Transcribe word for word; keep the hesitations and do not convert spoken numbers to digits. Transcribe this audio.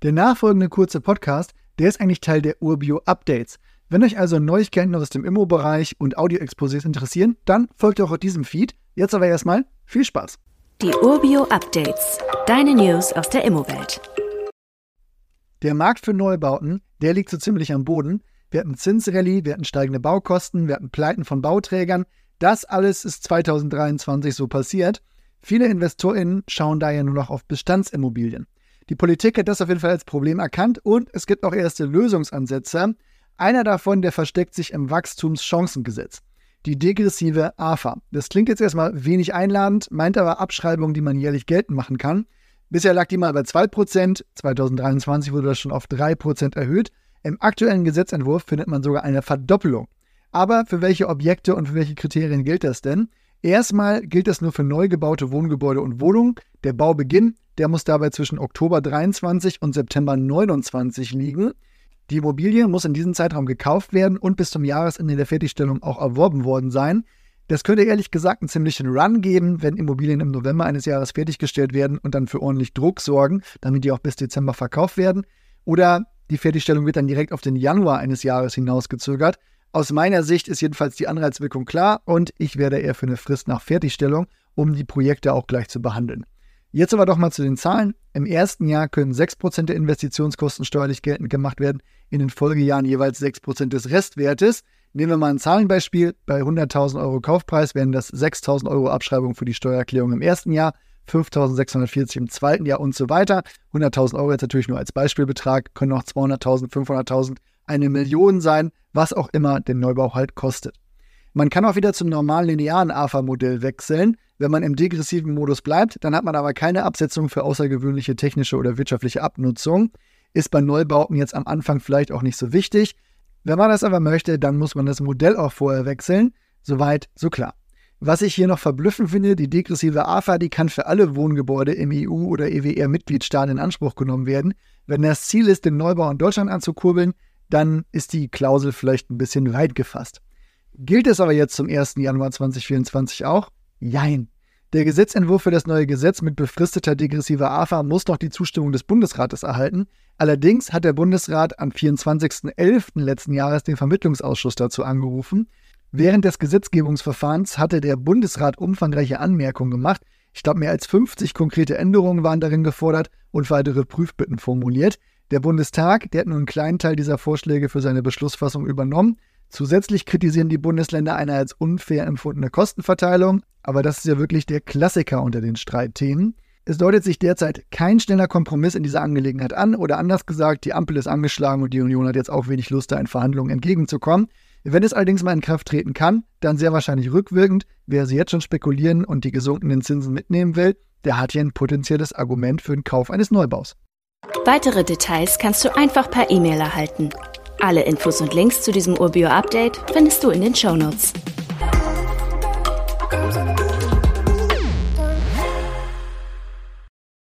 Der nachfolgende kurze Podcast, der ist eigentlich Teil der Urbio-Updates. Wenn euch also Neuigkeiten aus dem Immo-Bereich und Audio-Exposés interessieren, dann folgt auch diesem Feed. Jetzt aber erstmal viel Spaß. Die Urbio-Updates. Deine News aus der Immo-Welt. Der Markt für Neubauten, der liegt so ziemlich am Boden. Wir hatten Zinsrallye, wir hatten steigende Baukosten, wir hatten Pleiten von Bauträgern. Das alles ist zweitausenddreiundzwanzig so passiert. Viele InvestorInnen schauen daher nur noch auf Bestandsimmobilien. Die Politik hat das auf jeden Fall als Problem erkannt und es gibt auch erste Lösungsansätze. Einer davon, der versteckt sich im Wachstumschancengesetz. Die degressive A F A. Das klingt jetzt erstmal wenig einladend, meint aber Abschreibungen, die man jährlich geltend machen kann. Bisher lag die mal bei zwei Prozent, zweitausenddreiundzwanzig wurde das schon auf drei Prozent erhöht. Im aktuellen Gesetzentwurf findet man sogar eine Verdoppelung. Aber für welche Objekte und für welche Kriterien gilt das denn? Erstmal gilt das nur für neu gebaute Wohngebäude und Wohnungen. Der Baubeginn, der muss dabei zwischen Oktober dreiundzwanzig und September neunundzwanzig liegen. Die Immobilie muss in diesem Zeitraum gekauft werden und bis zum Jahresende der Fertigstellung auch erworben worden sein. Das könnte ehrlich gesagt einen ziemlichen Run geben, wenn Immobilien im November eines Jahres fertiggestellt werden und dann für ordentlich Druck sorgen, damit die auch bis Dezember verkauft werden. Oder die Fertigstellung wird dann direkt auf den Januar eines Jahres hinausgezögert. Aus meiner Sicht ist jedenfalls die Anreizwirkung klar und ich wäre eher für eine Frist nach Fertigstellung, um die Projekte auch gleich zu behandeln. Jetzt aber doch mal zu den Zahlen. Im ersten Jahr können sechs Prozent der Investitionskosten steuerlich geltend gemacht werden, in den Folgejahren jeweils sechs Prozent des Restwertes. Nehmen wir mal ein Zahlenbeispiel. Bei hunderttausend Euro Kaufpreis wären das sechstausend Euro Abschreibung für die Steuererklärung im ersten Jahr, fünftausendsechshundertvierzig im zweiten Jahr und so weiter. hunderttausend Euro jetzt natürlich nur als Beispielbetrag, können auch zweihunderttausend, fünfhunderttausend, eine Million sein, was auch immer den Neubau halt kostet. Man kann auch wieder zum normalen linearen A F A-Modell wechseln. Wenn man im degressiven Modus bleibt, dann hat man aber keine Absetzung für außergewöhnliche technische oder wirtschaftliche Abnutzung. Ist bei Neubauten jetzt am Anfang vielleicht auch nicht so wichtig. Wenn man das aber möchte, dann muss man das Modell auch vorher wechseln. Soweit, so klar. Was ich hier noch verblüffend finde, die degressive A F A, die kann für alle Wohngebäude im E U- oder E W R-Mitgliedstaat in Anspruch genommen werden. Wenn das Ziel ist, den Neubau in Deutschland anzukurbeln, dann ist die Klausel vielleicht ein bisschen weit gefasst. Gilt es aber jetzt zum ersten Januar zweitausendvierundzwanzig auch? Jein. Der Gesetzentwurf für das neue Gesetz mit befristeter degressiver A F A muss noch die Zustimmung des Bundesrates erhalten. Allerdings hat der Bundesrat am vierundzwanzigsten elften letzten Jahres den Vermittlungsausschuss dazu angerufen. Während des Gesetzgebungsverfahrens hatte der Bundesrat umfangreiche Anmerkungen gemacht. Ich glaube, mehr als fünfzig konkrete Änderungen waren darin gefordert und weitere Prüfbitten formuliert. Der Bundestag, der hat nur einen kleinen Teil dieser Vorschläge für seine Beschlussfassung übernommen. Zusätzlich kritisieren die Bundesländer eine als unfair empfundene Kostenverteilung, aber das ist ja wirklich der Klassiker unter den Streitthemen. Es deutet sich derzeit kein schneller Kompromiss in dieser Angelegenheit an oder anders gesagt, die Ampel ist angeschlagen und die Union hat jetzt auch wenig Lust, da in Verhandlungen entgegenzukommen. Wenn es allerdings mal in Kraft treten kann, dann sehr wahrscheinlich rückwirkend. Wer sie jetzt schon spekulieren und die gesunkenen Zinsen mitnehmen will, der hat hier ein potenzielles Argument für den Kauf eines Neubaus. Weitere Details kannst du einfach per E-Mail erhalten. Alle Infos und Links zu diesem Urbio-Update findest du in den Shownotes.